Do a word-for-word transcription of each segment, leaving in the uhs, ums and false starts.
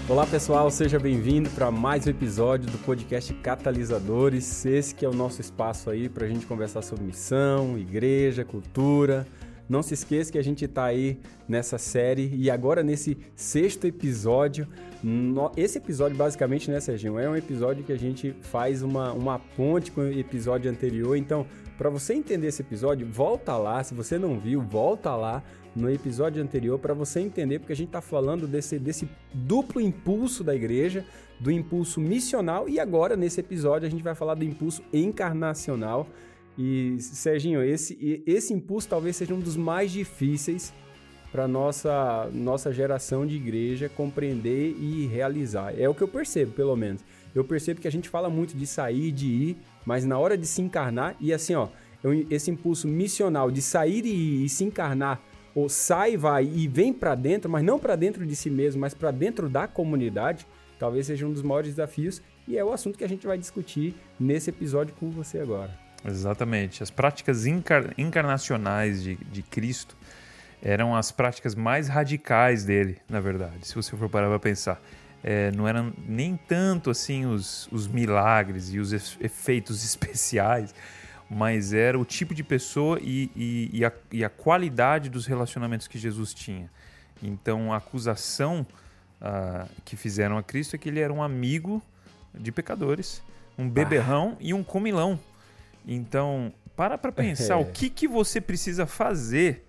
Olá pessoal, seja bem-vindo para mais um episódio do podcast Catalisadores. Esse que é o nosso espaço aí para a gente conversar sobre missão, igreja, cultura. Não se esqueça que a gente está aí nessa série e agora nesse sexto episódio. Esse episódio basicamente, né, Serginho, é um episódio que a gente faz uma, uma ponte com o episódio anterior. Então, para você entender esse episódio, volta lá. Se você não viu, volta lá no episódio anterior para você entender, porque a gente está falando desse, desse duplo impulso da igreja, do impulso missional, e agora nesse episódio a gente vai falar do impulso encarnacional. E, Serginho, esse, esse impulso talvez seja um dos mais difíceis para a nossa, nossa geração de igreja compreender e realizar. É o que eu percebo, pelo menos. Eu percebo que a gente fala muito de sair, de ir, mas na hora de se encarnar, e assim, ó, esse impulso missional de sair e ir e se encarnar, ou sai, vai e vem para dentro, mas não para dentro de si mesmo, mas para dentro da comunidade, talvez seja um dos maiores desafios, e é o assunto que a gente vai discutir nesse episódio com você agora. Exatamente. As práticas encar- encarnacionais de, de Cristo eram as práticas mais radicais dele, na verdade, se você for parar para pensar. É, não eram nem tanto assim os, os milagres e os efeitos especiais, mas era o tipo de pessoa e, e, e, a, e a qualidade dos relacionamentos que Jesus tinha. Então, a acusação uh, que fizeram a Cristo é que ele era um amigo de pecadores, um beberrão ah. e um comilão. Então, para para pensar, é. o que, que você precisa fazer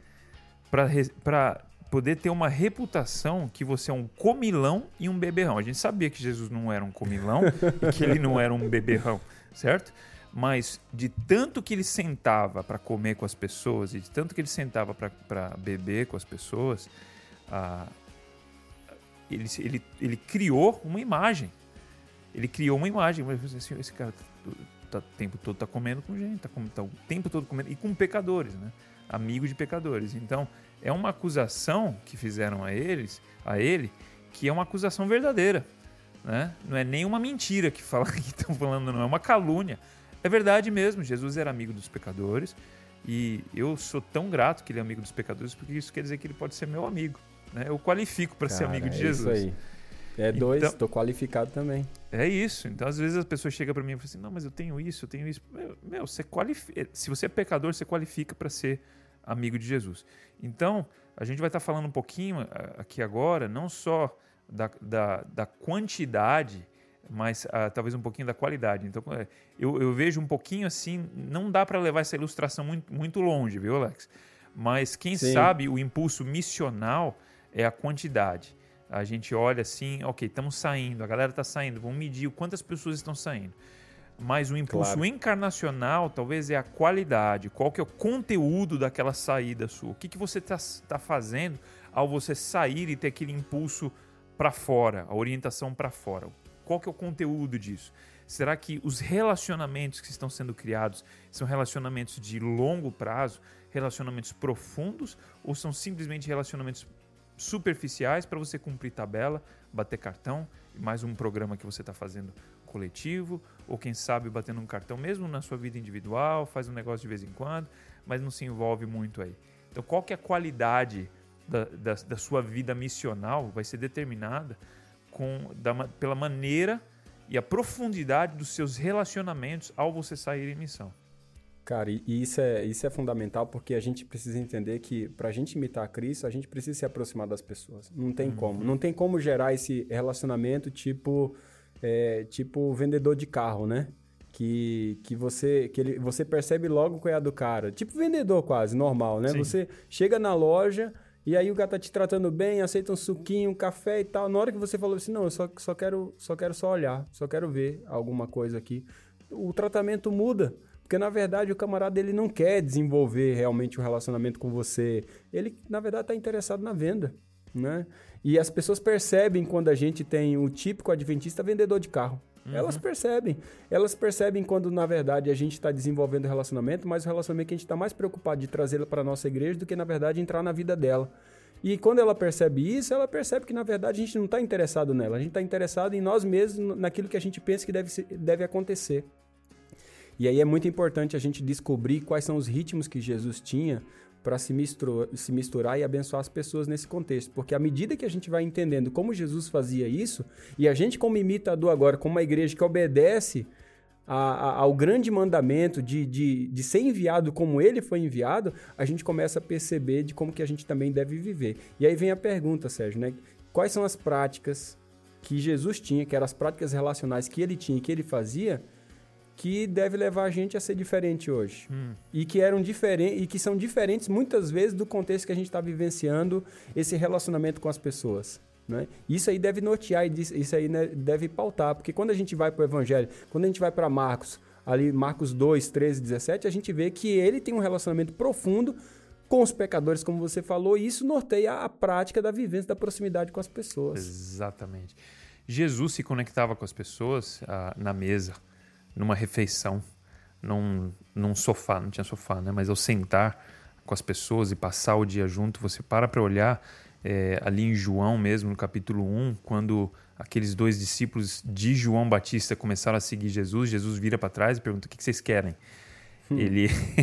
para poder ter uma reputação que você é um comilão e um beberrão. A gente sabia que Jesus não era um comilão e que ele não era um beberrão, certo? Mas de tanto que ele sentava para comer com as pessoas e de tanto que ele sentava para beber com as pessoas, ah, ele, ele, ele criou uma imagem. Ele criou uma imagem. Assim, esse cara tá, o tempo todo está comendo com gente, está tá o tempo todo comendo, e com pecadores, né? Amigo de pecadores. Então, é uma acusação que fizeram a, eles, a ele, que é uma acusação verdadeira. Né? Não é nem uma mentira que fala, que estão falando, não, é uma calúnia. É verdade mesmo, Jesus era amigo dos pecadores e eu sou tão grato que ele é amigo dos pecadores, porque isso quer dizer que ele pode ser meu amigo. Né? Eu qualifico para ser amigo de é Jesus. Isso aí. É dois, então, estou qualificado também. É isso. Então, às vezes, as pessoas chegam para mim e falam assim, não, mas eu tenho isso, eu tenho isso. Meu, meu você qualifica. Se você é pecador, você qualifica para ser amigo de Jesus. Então, a gente vai estar falando um pouquinho aqui agora, não só da, da, da quantidade, mas uh, talvez um pouquinho da qualidade. Então, eu, eu vejo um pouquinho assim, não dá para levar essa ilustração muito, muito longe, viu, Alex? Mas quem Sim. sabe o impulso missional é a quantidade. A gente olha assim, ok, estamos saindo, a galera está saindo, vamos medir quantas pessoas estão saindo. Mas o impulso claro. encarnacional talvez é a qualidade, qual que é o conteúdo daquela saída sua. O que, que você está tá fazendo ao você sair e ter aquele impulso para fora, a orientação para fora. Qual que é o conteúdo disso? Será que os relacionamentos que estão sendo criados são relacionamentos de longo prazo, relacionamentos profundos, ou são simplesmente relacionamentos superficiais para você cumprir tabela, bater cartão, mais um programa que você está fazendo coletivo, ou quem sabe batendo um cartão mesmo na sua vida individual, faz um negócio de vez em quando, mas não se envolve muito aí. Então, qual que é a qualidade da, da, da sua vida missional vai ser determinada com, da, pela maneira e a profundidade dos seus relacionamentos ao você sair em missão. Cara, e isso é, isso é fundamental porque a gente precisa entender que para a gente imitar a Cristo, a gente precisa se aproximar das pessoas. Não tem uhum. como. Não tem como gerar esse relacionamento tipo, é, tipo vendedor de carro, né? Que, que, você, que ele, você percebe logo qual é a do cara. Tipo vendedor quase, normal, né? Sim. Você chega na loja e aí o cara tá te tratando bem, aceita um suquinho, um café e tal. Na hora que você falou assim, não, eu só, só, quero, só quero só olhar, só quero ver alguma coisa aqui. O tratamento muda. Porque, na verdade, o camarada ele não quer desenvolver realmente um relacionamento com você. Ele, na verdade, está interessado na venda, né? E as pessoas percebem quando a gente tem o típico adventista vendedor de carro. Uhum. Elas percebem. Elas percebem quando, na verdade, a gente está desenvolvendo o relacionamento, mas o relacionamento que a gente está mais preocupado de trazê-la para a nossa igreja do que, na verdade, entrar na vida dela. E quando ela percebe isso, ela percebe que, na verdade, a gente não está interessado nela. A gente está interessado em nós mesmos, naquilo que a gente pensa que deve, ser, deve acontecer. E aí é muito importante a gente descobrir quais são os ritmos que Jesus tinha para se, misturu- se misturar e abençoar as pessoas nesse contexto. Porque à medida que a gente vai entendendo como Jesus fazia isso, e a gente como imitador agora, como uma igreja que obedece a, a, ao grande mandamento de, de, de ser enviado como ele foi enviado, a gente começa a perceber de como que a gente também deve viver. E aí vem a pergunta, Sérgio, né? Quais são as práticas que Jesus tinha, que eram as práticas relacionais que ele tinha e que ele fazia, que deve levar a gente a ser diferente hoje. Hum. E que eram diferentes e que são diferentes muitas vezes do contexto que a gente está vivenciando esse relacionamento com as pessoas. Né? Isso aí deve nortear, isso aí, né, deve pautar, porque quando a gente vai para o Evangelho, quando a gente vai para Marcos, ali Marcos dois, treze, dezessete, a gente vê que ele tem um relacionamento profundo com os pecadores, como você falou, e isso norteia a prática da vivência, da proximidade com as pessoas. Exatamente. Jesus se conectava com as pessoas ah, na mesa, numa refeição, num, num sofá, não tinha sofá, né? Mas ao sentar com as pessoas e passar o dia junto, você para para olhar é, ali em João mesmo, no capítulo um, quando aqueles dois discípulos de João Batista começaram a seguir Jesus, Jesus vira para trás e pergunta, o que, que vocês querem? Hum. Ele,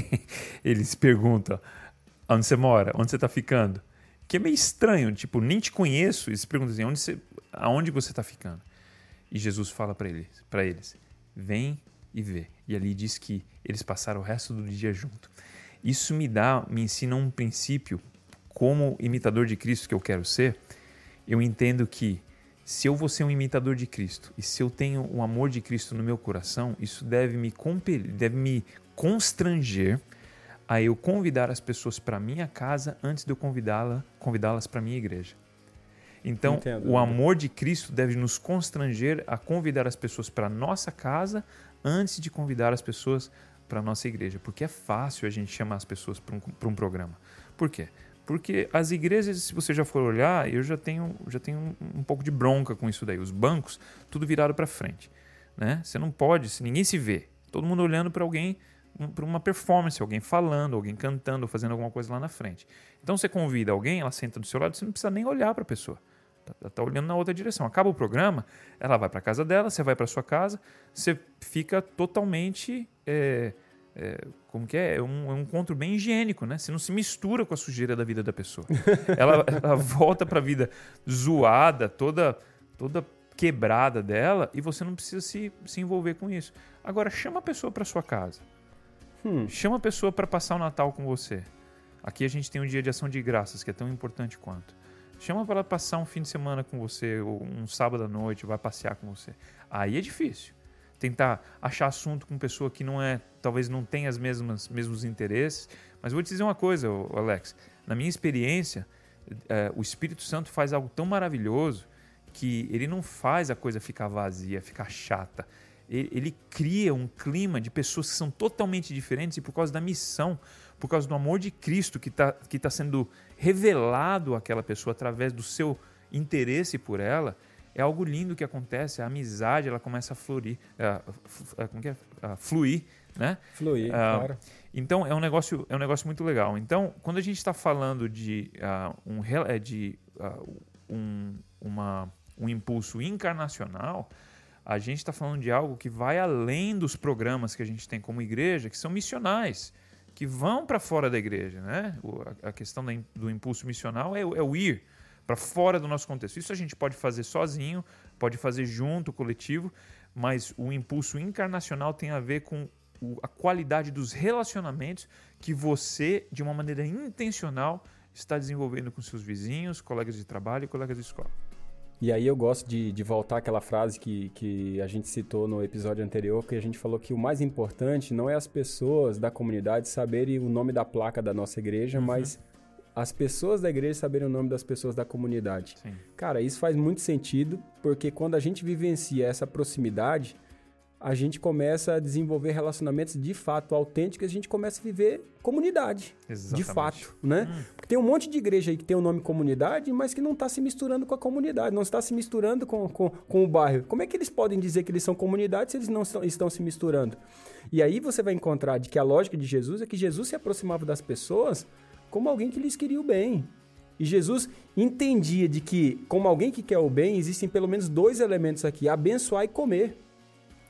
ele se pergunta, onde você mora? Onde você está ficando? Que é meio estranho, tipo, nem te conheço, e se pergunta assim, onde você, aonde você está ficando? E Jesus fala para eles, para eles, vem e vê. E ali diz que eles passaram o resto do dia junto. Isso me dá, me ensina um princípio, como imitador de Cristo que eu quero ser, eu entendo que se eu vou ser um imitador de Cristo e se eu tenho o amor de Cristo no meu coração, isso deve me compelir, deve me constranger a eu convidar as pessoas para minha casa antes de eu convidá-la, convidá-las para minha igreja. Então, Entendo, o amor de Cristo deve nos constranger a convidar as pessoas para a nossa casa antes de convidar as pessoas para a nossa igreja. Porque é fácil a gente chamar as pessoas para um, para um programa. Por quê? Porque as igrejas, se você já for olhar, eu já tenho, já tenho um, um pouco de bronca com isso daí. Os bancos, tudo virado para frente. Né? Você não pode, se ninguém se vê. Todo mundo olhando para alguém, para uma performance, alguém falando, alguém cantando, fazendo alguma coisa lá na frente. Então você convida alguém, ela senta do seu lado, você não precisa nem olhar para a pessoa. Está tá olhando na outra direção. Acaba o programa, ela vai para a casa dela, você vai para sua casa, você fica totalmente... É, é, como que é? É um, é um encontro bem higiênico, né? Você não se mistura com a sujeira da vida da pessoa. Ela, ela volta para a vida zoada, toda, toda quebrada dela, e você não precisa se, se envolver com isso. Agora, chama a pessoa para sua casa. Hum. Chama a pessoa para passar o Natal com você. Aqui a gente tem um dia de ação de graças, que é tão importante quanto. Chama para ela passar um fim de semana com você, ou um sábado à noite, vai passear com você. Aí é difícil. Tentar achar assunto com pessoa que não é, talvez não tenha os mesmos, mesmos interesses. Mas vou te dizer uma coisa, Alex. Na minha experiência, é, o Espírito Santo faz algo tão maravilhoso que ele não faz a coisa ficar vazia, ficar chata. Ele, ele cria um clima de pessoas que são totalmente diferentes e por causa da missão, por causa do amor de Cristo que está que tá sendo revelado àquela pessoa através do seu interesse por ela, é algo lindo que acontece, a amizade ela começa a florir, uh, uh, como que é? Uh, fluir, né? Fluir, uh, claro. Então é um negócio, é um negócio muito legal. Então, quando a gente está falando de, uh, um, de uh, um, uma, um impulso encarnacional, a gente está falando de algo que vai além dos programas que a gente tem como igreja, que são missionais, que vão para fora da igreja, né? A questão do impulso missional é, é o ir para fora do nosso contexto. Isso a gente pode fazer sozinho, pode fazer junto, coletivo, mas o impulso encarnacional tem a ver com a qualidade dos relacionamentos que você, de uma maneira intencional, está desenvolvendo com seus vizinhos, colegas de trabalho e colegas de escola. E aí eu gosto de, de voltar àquela frase que, que a gente citou no episódio anterior, que a gente falou que o mais importante não é as pessoas da comunidade saberem o nome da placa da nossa igreja, uhum. mas as pessoas da igreja saberem o nome das pessoas da comunidade. Sim. Cara, isso faz muito sentido, porque quando a gente vivencia essa proximidade, a gente começa a desenvolver relacionamentos de fato autênticos, a gente começa a viver comunidade, Exatamente. De fato, né? Hum. Porque tem um monte de igreja aí que tem o nome comunidade, mas que não está se misturando com a comunidade, não está se misturando com, com, com o bairro. Como é que eles podem dizer que eles são comunidade se eles não são, estão se misturando? E aí você vai encontrar de que a lógica de Jesus é que Jesus se aproximava das pessoas como alguém que lhes queria o bem. E Jesus entendia de que, como alguém que quer o bem, existem pelo menos dois elementos aqui, abençoar e comer.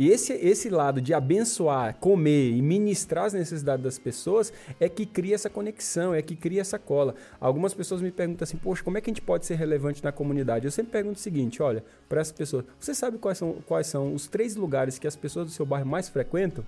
E esse, esse lado de abençoar, comer e ministrar as necessidades das pessoas é que cria essa conexão, é que cria essa cola. Algumas pessoas me perguntam assim, poxa, como é que a gente pode ser relevante na comunidade? Eu sempre pergunto o seguinte, olha, para essas pessoas, você sabe quais são, quais são os três lugares que as pessoas do seu bairro mais frequentam?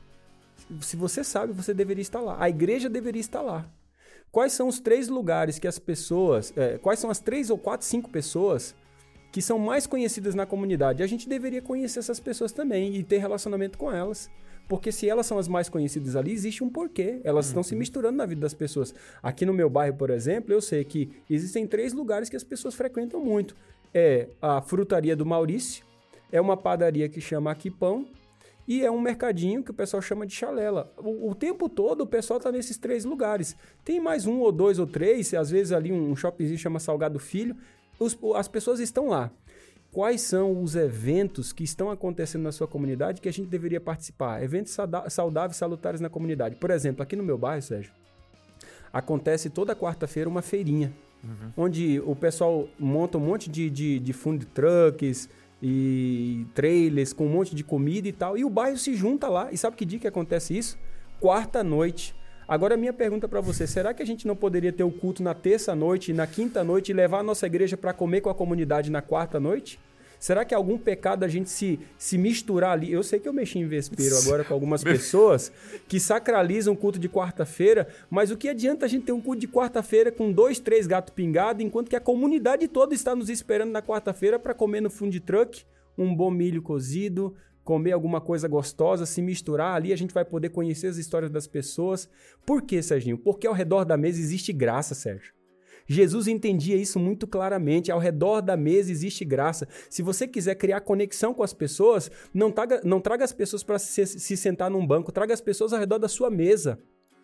Se você sabe, você deveria estar lá. A igreja deveria estar lá. Quais são os três lugares que as pessoas... É, quais são as três ou quatro, cinco pessoas que são mais conhecidas na comunidade? A gente deveria conhecer essas pessoas também e ter relacionamento com elas. Porque se elas são as mais conhecidas ali, existe um porquê. Elas uhum. estão se misturando na vida das pessoas. Aqui no meu bairro, por exemplo, eu sei que existem três lugares que as pessoas frequentam muito. É a frutaria do Maurício, é uma padaria que chama Aqui Pão, e é um mercadinho que o pessoal chama de Chalela. O, o tempo todo o pessoal está nesses três lugares. Tem mais um ou dois ou três, às vezes ali um shoppingzinho chama Salgado Filho. Os, as pessoas estão lá. Quais são os eventos que estão acontecendo na sua comunidade que a gente deveria participar? Eventos saudáveis, salutares na comunidade. Por exemplo, aqui no meu bairro, Sérgio, acontece toda quarta-feira uma feirinha, uhum. onde o pessoal monta um monte de, de, de food trucks e trailers com um monte de comida e tal, e o bairro se junta lá. E sabe que dia que acontece isso? Quarta-noite. Agora a minha pergunta para você, será que a gente não poderia ter o culto na terça-noite e na quinta-noite e levar a nossa igreja para comer com a comunidade na quarta-noite? Será que é algum pecado a gente se, se misturar ali? Eu sei que eu mexi em vespeiro agora com algumas pessoas que sacralizam o culto de quarta-feira, mas o que adianta a gente ter um culto de quarta-feira com dois, três gatos pingados, enquanto que a comunidade toda está nos esperando na quarta-feira para comer no food truck um bom milho cozido, comer alguma coisa gostosa, se misturar ali, a gente vai poder conhecer as histórias das pessoas. Por quê, Serginho? Porque ao redor da mesa existe graça, Sérgio. Jesus entendia isso muito claramente. Ao redor da mesa existe graça. Se você quiser criar conexão com as pessoas, não traga, não traga as pessoas para se, se sentar num banco, traga as pessoas ao redor da sua mesa.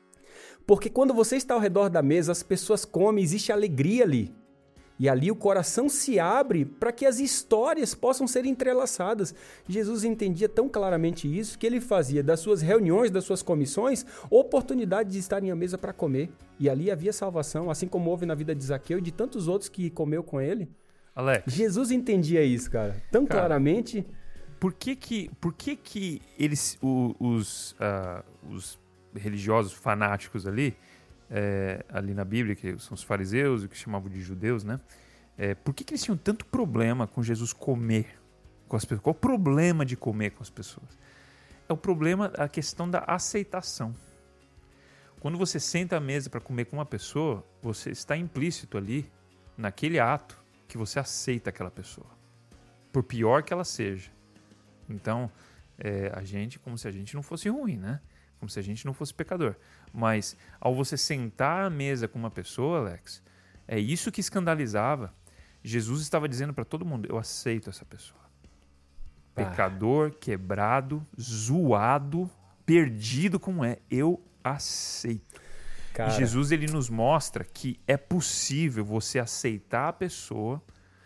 Porque quando você está ao redor da mesa, as pessoas comem, existe alegria ali. E ali o coração se abre para que as histórias possam ser entrelaçadas. Jesus entendia tão claramente isso que ele fazia das suas reuniões, das suas comissões, oportunidade de estarem à mesa para comer. E ali havia salvação, assim como houve na vida de Zaqueu e de tantos outros que comeu com ele. Alex, Jesus entendia isso, cara, tão cara, claramente. Por que que, por que, que eles, o, os, uh, os religiosos fanáticos ali... É, ali na Bíblia, que são os fariseus, o que chamavam de judeus, né? É, por que, que eles tinham tanto problema com Jesus comer com as pessoas? Qual o problema de comer com as pessoas? É o problema, a questão da aceitação. Quando você senta à mesa para comer com uma pessoa, você está implícito ali, naquele ato, que você aceita aquela pessoa, por pior que ela seja. Então, é, a gente, como se a gente não fosse ruim, né? Como se a gente não fosse pecador. Mas ao você sentar à mesa com uma pessoa, Alex, é isso que escandalizava. Jesus estava dizendo para todo mundo, eu aceito essa pessoa. Ah. Pecador, quebrado, zoado, perdido como é, eu aceito. Cara. E Jesus ele nos mostra que é possível você aceitar a pessoa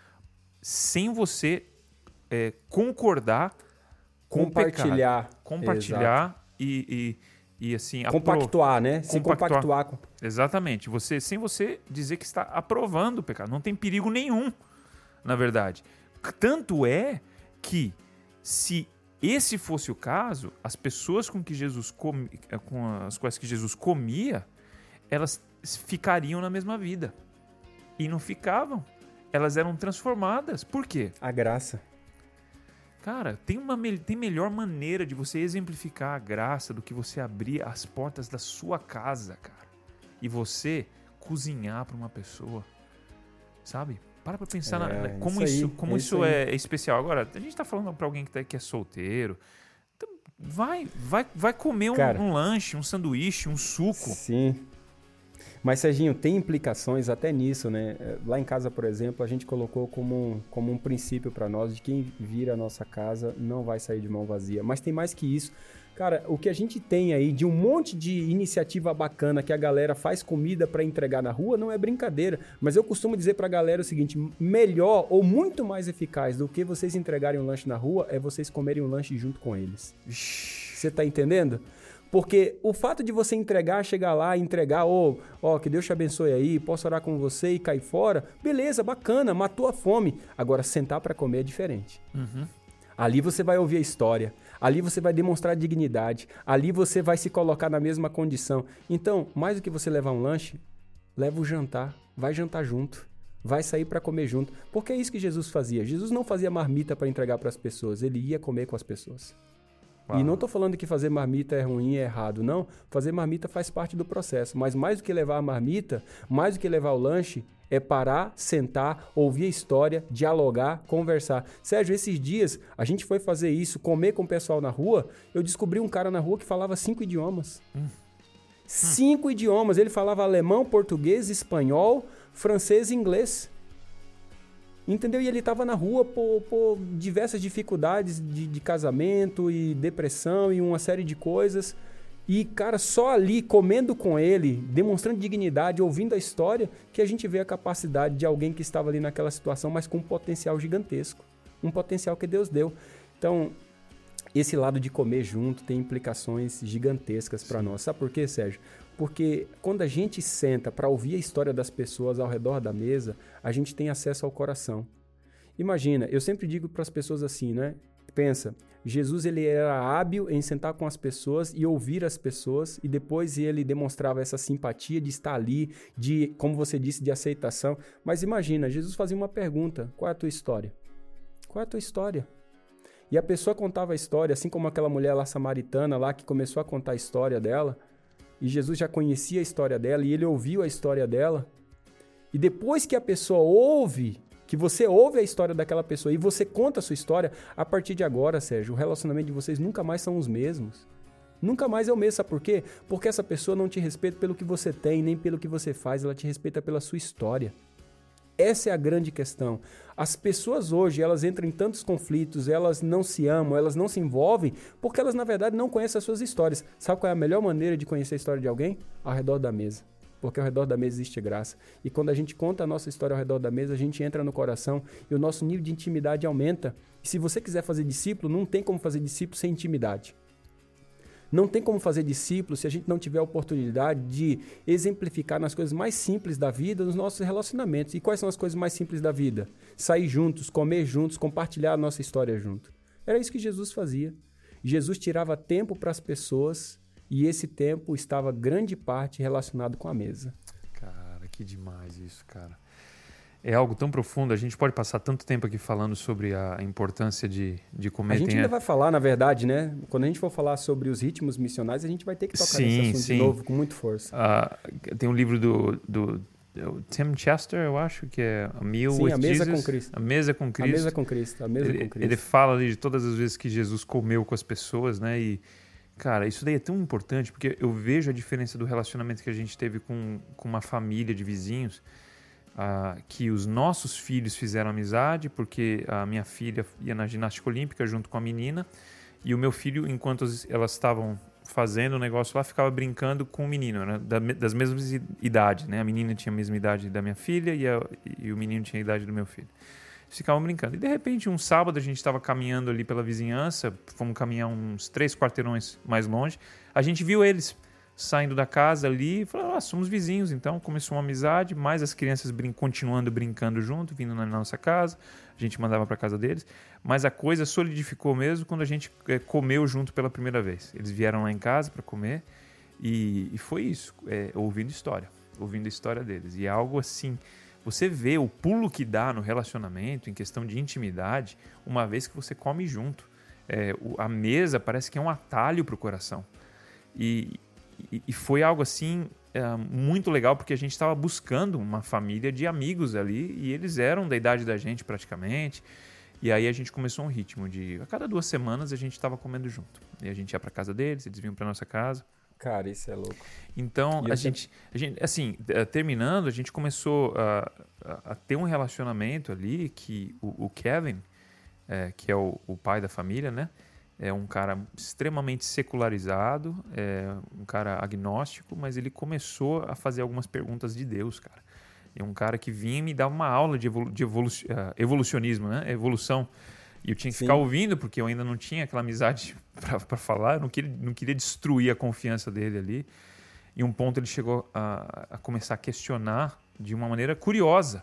sem você é, concordar com compartilhar. o pecado. Compartilhar. Exato. E, e, e assim... Compactuar, apro- né? Se compactuar. compactuar. Exatamente. Você, sem você dizer que está aprovando o pecado. Não tem perigo nenhum, na verdade. Tanto é que, se esse fosse o caso, as pessoas com, que Jesus com, com as quais que Jesus comia, elas ficariam na mesma vida. E não ficavam. Elas eram transformadas. Por quê? A graça. Cara, tem, uma, tem melhor maneira de você exemplificar a graça do que você abrir as portas da sua casa, cara. E você cozinhar para uma pessoa, sabe? Para pra pensar é, na, como isso, isso, aí, como é, isso isso é especial. Agora, a gente tá falando para alguém que, tá, que é solteiro. Então vai, vai, vai comer um, cara, um lanche, um sanduíche, um suco. Sim. Mas, Serginho, tem implicações até nisso, né? Lá em casa, por exemplo, a gente colocou como um, como um princípio para nós de quem vir à nossa casa não vai sair de mão vazia. Mas tem mais que isso. Cara, o que a gente tem aí de um monte de iniciativa bacana que a galera faz comida para entregar na rua não é brincadeira. Mas eu costumo dizer pra galera o seguinte, melhor ou muito mais eficaz do que vocês entregarem um lanche na rua é vocês comerem um lanche junto com eles. Você tá entendendo? Porque o fato de você entregar, chegar lá e entregar, ó, oh, oh, que Deus te abençoe aí, posso orar com você e cair fora, beleza, bacana, matou a fome. Agora, sentar para comer é diferente. Uhum. Ali você vai ouvir a história. Ali você vai demonstrar dignidade. Ali você vai se colocar na mesma condição. Então, mais do que você levar um lanche, leva o jantar. Vai jantar junto. Vai sair para comer junto. Porque é isso que Jesus fazia. Jesus não fazia marmita para entregar para as pessoas. Ele ia comer com as pessoas. Uau. E não estou falando que fazer marmita é ruim, é errado. Não. Fazer marmita faz parte do processo. Mas mais do que levar a marmita, mais do que levar o lanche, é parar, sentar, ouvir a história, dialogar, conversar. Sérgio, esses dias a gente foi fazer isso, comer com o pessoal na rua. Eu descobri um cara na rua que falava cinco idiomas. Hum. Cinco hum. idiomas. Ele falava alemão, português, espanhol, francês e inglês. Entendeu? E ele estava na rua por, por diversas dificuldades de, de casamento e depressão e uma série de coisas. E, cara, só ali, comendo com ele, demonstrando dignidade, ouvindo a história, que a gente vê a capacidade de alguém que estava ali naquela situação, mas com um potencial gigantesco. Um potencial que Deus deu. Então, esse lado de comer junto tem implicações gigantescas para nós. Sabe por quê, Sérgio? Porque quando a gente senta para ouvir a história das pessoas ao redor da mesa, a gente tem acesso ao coração. Imagina, eu sempre digo para as pessoas assim, né? Pensa, Jesus ele era hábil em sentar com as pessoas e ouvir as pessoas e depois ele demonstrava essa simpatia de estar ali, de, como você disse, de aceitação. Mas imagina, Jesus fazia uma pergunta, qual é a tua história? Qual é a tua história? E a pessoa contava a história, assim como aquela mulher lá samaritana lá que começou a contar a história dela, e Jesus já conhecia a história dela e ele ouviu a história dela. E depois que a pessoa ouve, que você ouve a história daquela pessoa e você conta a sua história, a partir de agora, Sérgio, o relacionamento de vocês nunca mais são os mesmos. Nunca mais é o mesmo, sabe por quê? Porque essa pessoa não te respeita pelo que você tem, nem pelo que você faz, ela te respeita pela sua história. Essa é a grande questão. As pessoas hoje, elas entram em tantos conflitos, elas não se amam, elas não se envolvem, porque elas, na verdade, não conhecem as suas histórias. Sabe qual é a melhor maneira de conhecer a história de alguém? Ao redor da mesa. Porque ao redor da mesa existe graça. E quando a gente conta a nossa história ao redor da mesa, a gente entra no coração e o nosso nível de intimidade aumenta. E se você quiser fazer discípulo, não tem como fazer discípulo sem intimidade. Não tem como fazer discípulo se a gente não tiver a oportunidade de exemplificar nas coisas mais simples da vida, nos nossos relacionamentos. E quais são as coisas mais simples da vida? Sair juntos, comer juntos, compartilhar a nossa história junto. Era isso que Jesus fazia. Jesus tirava tempo para as pessoas e esse tempo estava grande parte relacionado com a mesa. Cara, que demais isso, cara. É algo tão profundo, a gente pode passar tanto tempo aqui falando sobre a importância de, de comer. A gente Tem ainda a... vai falar, na verdade, né? Quando a gente for falar sobre os ritmos missionários, a gente vai ter que tocar sim, nesse assunto sim. de novo, com muita força. Uh, tem um livro do, do, do Tim Chester, eu acho, que é A Meal sim, with a mesa Jesus. com Cristo. A Mesa com Cristo. A Mesa com Cristo. A Mesa ele, com Cristo. Ele fala ali de todas as vezes que Jesus comeu com as pessoas, né? E, cara, isso daí é tão importante, porque eu vejo a diferença do relacionamento que a gente teve com, com uma família de vizinhos. Uh, que os nossos filhos fizeram amizade, porque a minha filha ia na ginástica olímpica junto com a menina, e o meu filho, enquanto elas estavam fazendo o negócio lá, ficava brincando com o menino, né, das mesmas idades, né? A menina tinha a mesma idade da minha filha e, a, e o menino tinha a idade do meu filho. Eles ficavam brincando. E de repente, um sábado, a gente estava caminhando ali pela vizinhança, fomos caminhar uns três quarteirões mais longe, a gente viu eles saindo da casa ali, e falaram, ah, somos vizinhos, então começou uma amizade, mais as crianças brin- continuando brincando junto, vindo na nossa casa, a gente mandava para casa deles, mas a coisa solidificou mesmo quando a gente é, comeu junto pela primeira vez. Eles vieram lá em casa para comer e, e foi isso, é, ouvindo história, ouvindo a história deles. E é algo assim, você vê o pulo que dá no relacionamento, em questão de intimidade, uma vez que você come junto. É, o, a mesa parece que é um atalho para o coração. E E foi algo assim é, muito legal, porque a gente estava buscando uma família de amigos ali e eles eram da idade da gente praticamente. E aí a gente começou um ritmo de a cada duas semanas a gente estava comendo junto. E a gente ia para casa deles, eles vinham para nossa casa. Cara, isso é louco. Então, a gente, a gente, assim, terminando, a gente começou a, a, a ter um relacionamento ali que o, o Kevin, é, que é o, o pai da família, né? É um cara extremamente secularizado, é um cara agnóstico, mas ele começou a fazer algumas perguntas de Deus, cara. É um cara que vinha me dar uma aula de, evolu de evolu uh, evolucionismo, né? Evolução. E eu tinha que Sim. ficar ouvindo, porque eu ainda não tinha aquela amizade para falar, eu não queria, não queria destruir a confiança dele ali. E um ponto ele chegou a, a começar a questionar de uma maneira curiosa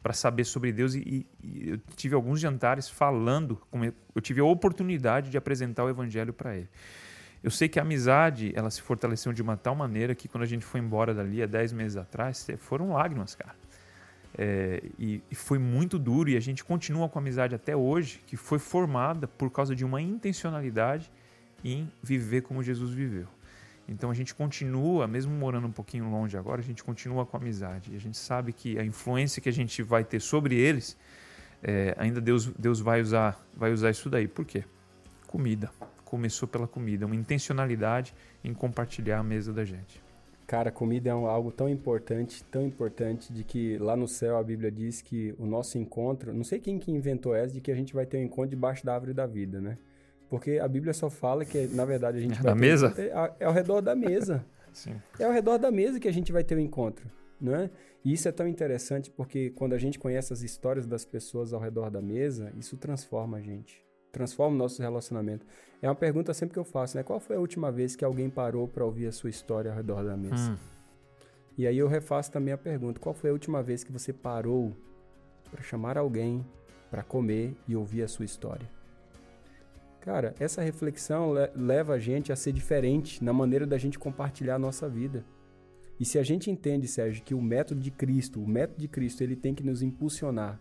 para saber sobre Deus e, e eu tive alguns jantares falando, eu tive a oportunidade de apresentar o evangelho para ele. Eu sei que a amizade, ela se fortaleceu de uma tal maneira que quando a gente foi embora dali há dez meses atrás, foram lágrimas, cara. É, e, e foi muito duro e a gente continua com a amizade até hoje, que foi formada por causa de uma intencionalidade em viver como Jesus viveu. Então a gente continua, mesmo morando um pouquinho longe agora, a gente continua com a amizade. E a gente sabe que a influência que a gente vai ter sobre eles, é, ainda Deus, Deus vai usar, vai usar isso daí. Por quê? Comida. Começou pela comida, uma intencionalidade em compartilhar a mesa da gente. Cara, comida é um, algo tão importante, tão importante, de que lá no céu a Bíblia diz que o nosso encontro, não sei quem que inventou essa, de que a gente vai ter um encontro debaixo da árvore da vida, né? Porque a Bíblia só fala que, na verdade, a gente é vai na ter mesa? Um encontro, é ao redor da mesa. Sim. É ao redor da mesa que a gente vai ter o um encontro, né? E isso é tão interessante porque quando a gente conhece as histórias das pessoas ao redor da mesa, isso transforma a gente, transforma o nosso relacionamento. É uma pergunta sempre que eu faço, né? Qual foi a última vez que alguém parou para ouvir a sua história ao redor da mesa? Hum. E aí eu refaço também a pergunta, qual foi a última vez que você parou para chamar alguém para comer e ouvir a sua história? Cara, essa reflexão le- leva a gente a ser diferente na maneira da gente compartilhar a nossa vida. E se a gente entende, Sérgio, que o método de Cristo, o método de Cristo, ele tem que nos impulsionar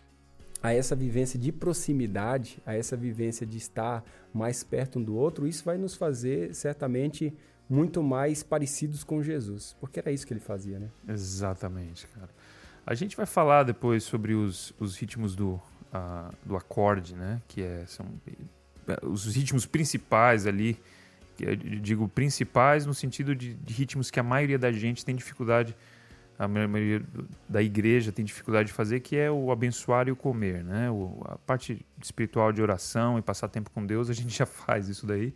a essa vivência de proximidade, a essa vivência de estar mais perto um do outro, isso vai nos fazer, certamente, muito mais parecidos com Jesus. Porque era isso que ele fazia, né? Exatamente, cara. A gente vai falar depois sobre os, os ritmos do, uh, do acorde, né? Que é, são os ritmos principais ali, que eu digo principais no sentido de, de ritmos que a maioria da gente tem dificuldade, a maioria da igreja tem dificuldade de fazer, que é o abençoar e o comer, né? O, a parte espiritual de oração e passar tempo com Deus, a gente já faz isso daí,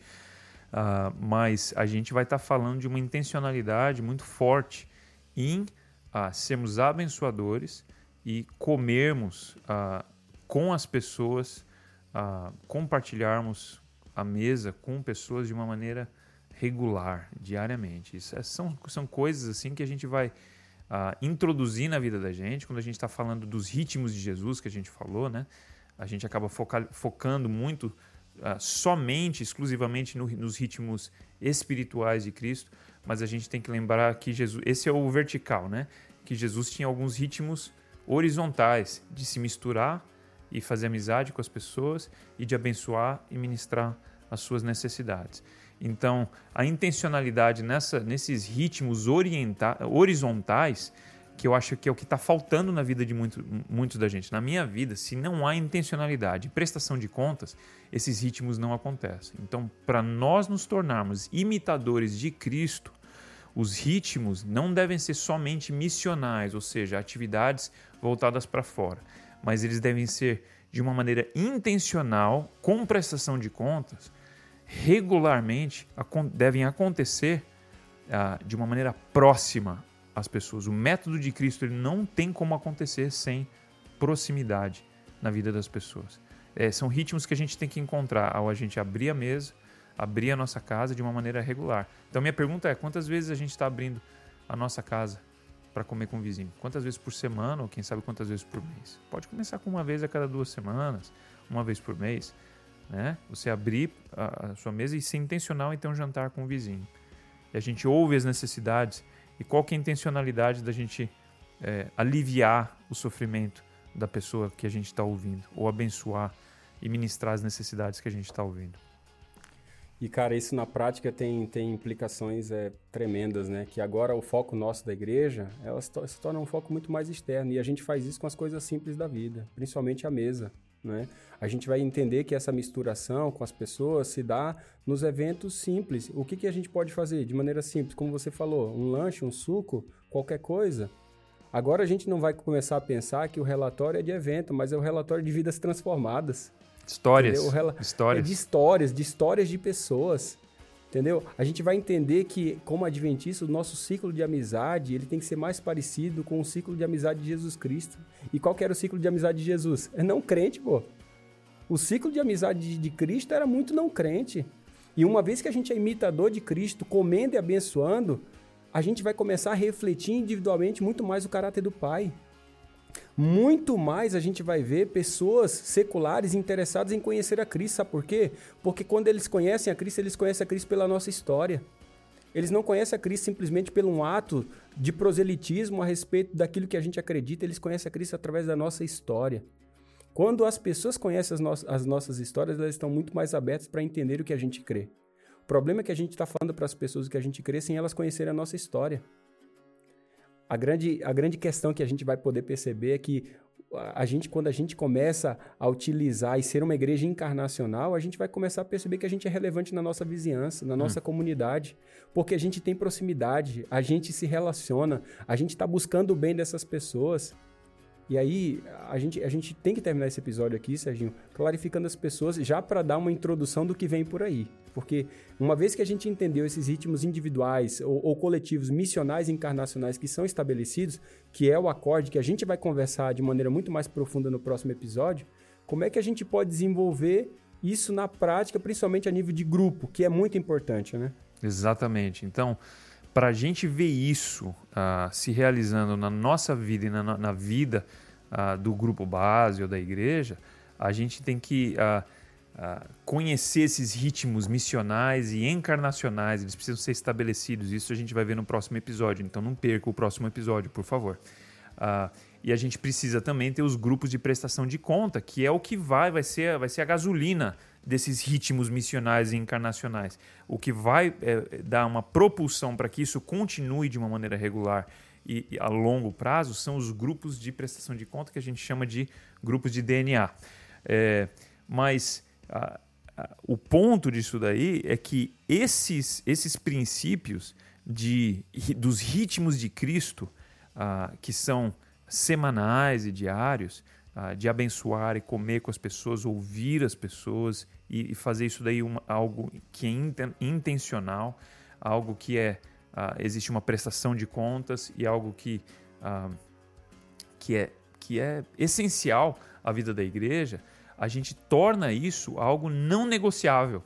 uh, mas a gente vai estar tá falando de uma intencionalidade muito forte em uh, sermos abençoadores e comermos uh, com as pessoas, Uh, compartilharmos a mesa com pessoas de uma maneira regular, diariamente. Isso é, são, são coisas assim que a gente vai uh, introduzir na vida da gente. Quando a gente está falando dos ritmos de Jesus que a gente falou, né? A gente acaba foca, focando muito uh, somente, exclusivamente no, nos ritmos espirituais de Cristo, mas a gente tem que lembrar que Jesus, esse é o vertical, né? Que Jesus tinha alguns ritmos horizontais de se misturar e fazer amizade com as pessoas e de abençoar e ministrar as suas necessidades. Então, a intencionalidade nessa, nesses ritmos orienta, horizontais, que eu acho que é o que está faltando na vida de muito, muitos da gente. Na minha vida, se não há intencionalidade, prestação de contas, esses ritmos não acontecem. Então, para nós nos tornarmos imitadores de Cristo, os ritmos não devem ser somente missionais, ou seja, atividades voltadas para fora, mas eles devem ser de uma maneira intencional, com prestação de contas, regularmente devem acontecer uh, de uma maneira próxima às pessoas. O método de Cristo ele não tem como acontecer sem proximidade na vida das pessoas. É, são ritmos que a gente tem que encontrar ao a gente abrir a mesa, abrir a nossa casa de uma maneira regular. Então minha pergunta é, quantas vezes a gente está abrindo a nossa casa para comer com o vizinho? Quantas vezes por semana ou quem sabe quantas vezes por mês? Pode começar com uma vez a cada duas semanas, uma vez por mês, né? Você abrir a, a sua mesa e ser intencional em ter um jantar com o vizinho. E a gente ouve as necessidades e qual que é a intencionalidade da gente é, aliviar o sofrimento da pessoa que a gente está ouvindo ou abençoar e ministrar as necessidades que a gente está ouvindo. E, cara, isso na prática tem, tem implicações é, tremendas, né? Que agora o foco nosso da igreja, ela se, to- se torna um foco muito mais externo. E a gente faz isso com as coisas simples da vida, principalmente a mesa, né? A gente vai entender que essa misturação com as pessoas se dá nos eventos simples. O que, que a gente pode fazer de maneira simples? Como você falou, um lanche, um suco, qualquer coisa. Agora a gente não vai começar a pensar que o relatório é de evento, mas é o relatório de vidas transformadas. Histórias, Rela... histórias. É de histórias, de histórias de pessoas, entendeu? A gente vai entender que, como adventista, o nosso ciclo de amizade, ele tem que ser mais parecido com o ciclo de amizade de Jesus Cristo. E qual que era o ciclo de amizade de Jesus? É não crente, pô. O ciclo de amizade de, de Cristo era muito não crente. E uma vez que a gente é imitador de Cristo, comendo e abençoando, a gente vai começar a refletir individualmente muito mais o caráter do Pai. muito mais a gente vai ver pessoas seculares interessadas em conhecer a Cristo. Sabe por quê? Porque quando eles conhecem a Cristo, eles conhecem a Cristo pela nossa história. Eles não conhecem a Cristo simplesmente por um ato de proselitismo a respeito daquilo que a gente acredita. Eles conhecem a Cristo através da nossa história. Quando as pessoas conhecem as, no- as nossas histórias, elas estão muito mais abertas para entender o que a gente crê. O problema é que a gente está falando para as pessoas o que a gente crê sem elas conhecerem a nossa história. A grande, a grande questão que a gente vai poder perceber é que a gente, quando a gente começa a utilizar e ser uma igreja encarnacional, a gente vai começar a perceber que a gente é relevante na nossa vizinhança, na nossa hum. comunidade, porque a gente tem proximidade, a gente se relaciona, a gente está buscando o bem dessas pessoas. E aí, a gente, a gente tem que terminar esse episódio aqui, Serginho, clarificando as pessoas já para dar uma introdução do que vem por aí. Porque uma vez que a gente entendeu esses ritmos individuais ou, ou coletivos missionais e encarnacionais que são estabelecidos, que é o acorde que a gente vai conversar de maneira muito mais profunda no próximo episódio, como é que a gente pode desenvolver isso na prática, principalmente a nível de grupo, que é muito importante, né? Exatamente. Então, para a gente ver isso uh, se realizando na nossa vida e na, na vida uh, do grupo base ou da igreja, a gente tem que uh, uh, conhecer esses ritmos missionais e encarnacionais, eles precisam ser estabelecidos. Isso a gente vai ver no próximo episódio, então não perca o próximo episódio, por favor. Uh, e a gente precisa também ter os grupos de prestação de conta, que é o que vai, vai ser, vai ser a gasolina desses ritmos missionais e encarnacionais. O que vai é, dar uma propulsão para que isso continue de uma maneira regular e, e a longo prazo são os grupos de prestação de conta que a gente chama de grupos de D N A. É, mas a, a, o ponto disso daí é que esses, esses princípios de, dos ritmos de Cristo, a, que são semanais e diários, de abençoar e comer com as pessoas, ouvir as pessoas e, e fazer isso daí uma, algo que é inten, intencional, algo que é, uh, existe uma prestação de contas e algo que, uh, que, é, que é essencial à vida da igreja, a gente torna isso algo não negociável.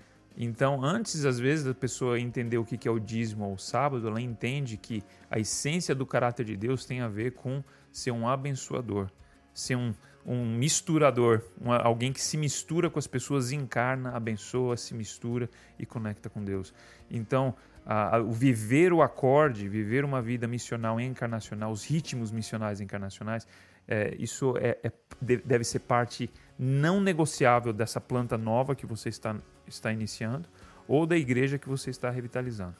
Então, antes, às vezes, da pessoa entender o que é o dízimo ou o sábado, ela entende que a essência do caráter de Deus tem a ver com ser um abençoador, ser um, um misturador, uma, alguém que se mistura com as pessoas, encarna, abençoa, se mistura e conecta com Deus. Então, a, a, o viver o acorde, viver uma vida missional e encarnacional, os ritmos missionais e encarnacionais, é, isso é, é, deve ser parte não negociável dessa planta nova que você está, está iniciando ou da igreja que você está revitalizando.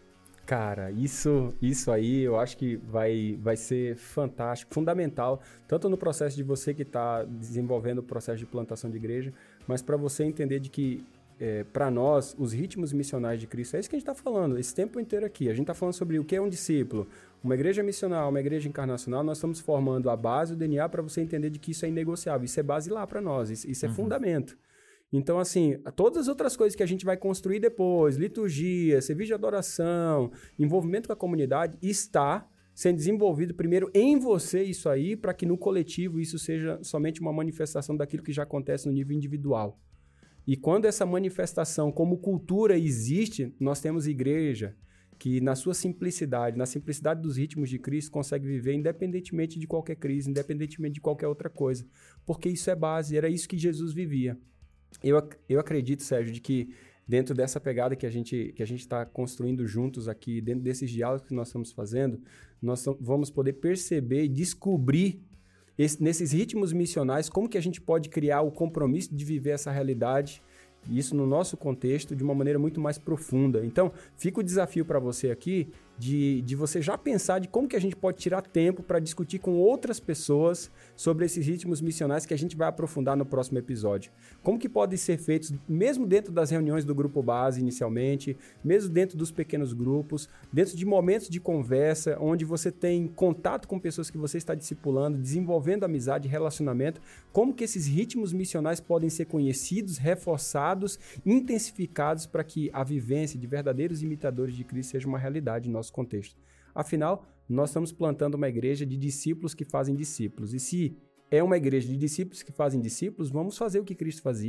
Cara, isso, isso aí eu acho que vai, vai ser fantástico, fundamental, tanto no processo de você que está desenvolvendo o processo de plantação de igreja, mas para você entender de que, é, para nós, os ritmos missionais de Cristo, é isso que a gente está falando, esse tempo inteiro aqui. A gente está falando sobre o que é um discípulo, uma igreja missional, uma igreja encarnacional, nós estamos formando a base, o D N A, para você entender de que isso é inegociável, isso é base lá para nós, isso, isso é uhum. fundamento. Então, assim, todas as outras coisas que a gente vai construir depois, liturgia, serviço de adoração, envolvimento com a comunidade, está sendo desenvolvido primeiro em você isso aí, para que no coletivo isso seja somente uma manifestação daquilo que já acontece no nível individual. E quando essa manifestação como cultura existe, nós temos igreja que na sua simplicidade, na simplicidade dos ritmos de Cristo, consegue viver independentemente de qualquer crise, independentemente de qualquer outra coisa. Porque isso é base, era isso que Jesus vivia. Eu, eu acredito, Sérgio, de que dentro dessa pegada que a gente que a gente está construindo juntos aqui, dentro desses diálogos que nós estamos fazendo, nós vamos poder perceber e descobrir esse, nesses ritmos missionais como que a gente pode criar o compromisso de viver essa realidade, isso no nosso contexto, de uma maneira muito mais profunda. Então, fica o desafio para você aqui de, de você já pensar de como que a gente pode tirar tempo para discutir com outras pessoas sobre esses ritmos missionais que a gente vai aprofundar no próximo episódio. Como que podem ser feitos, mesmo dentro das reuniões do grupo base inicialmente, mesmo dentro dos pequenos grupos, dentro de momentos de conversa, onde você tem contato com pessoas que você está discipulando, desenvolvendo amizade, relacionamento, como que esses ritmos missionais podem ser conhecidos, reforçados, intensificados para que a vivência de verdadeiros imitadores de Cristo seja uma realidade em nosso contexto. Afinal, nós estamos plantando uma igreja de discípulos que fazem discípulos. E se é uma igreja de discípulos que fazem discípulos, vamos fazer o que Cristo fazia.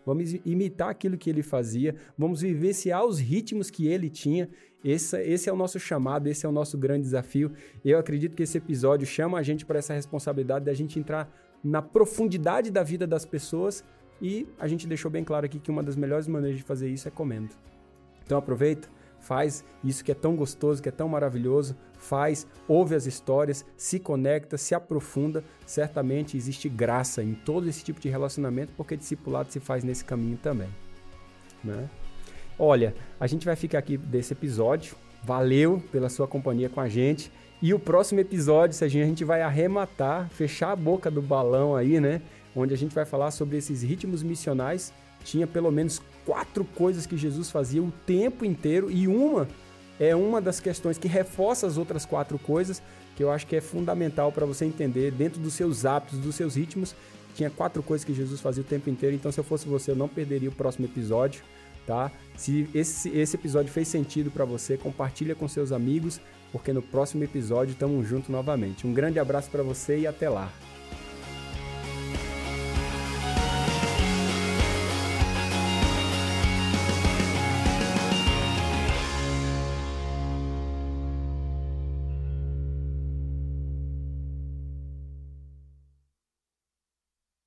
vamos imitar aquilo que ele fazia, vamos vivenciar os ritmos que ele tinha. Esse, esse é o nosso chamado, esse é o nosso grande desafio. Eu acredito que esse episódio chama a gente para essa responsabilidade da gente entrar na profundidade da vida das pessoas, e a gente deixou bem claro aqui que uma das melhores maneiras de fazer isso é comendo. Então aproveita, faz isso que é tão gostoso, que é tão maravilhoso, faz, ouve as histórias, se conecta, se aprofunda. Certamente existe graça em todo esse tipo de relacionamento, porque discipulado se faz nesse caminho também, né? Olha, a gente vai ficar aqui desse episódio. Valeu pela sua companhia com a gente. E o próximo episódio, Serginho, a gente vai arrematar, fechar a boca do balão aí, né? Onde a gente vai falar sobre esses ritmos missionais. Tinha pelo menos quatro coisas que Jesus fazia o tempo inteiro, e uma é uma das questões que reforça as outras quatro coisas, que eu acho que é fundamental para você entender dentro dos seus hábitos, dos seus ritmos. Tinha quatro coisas que Jesus fazia o tempo inteiro, então se eu fosse você, eu não perderia o próximo episódio, tá? Se esse, esse episódio fez sentido para você, compartilha com seus amigos, porque no próximo episódio estamos juntos novamente. Um grande abraço para você e até lá!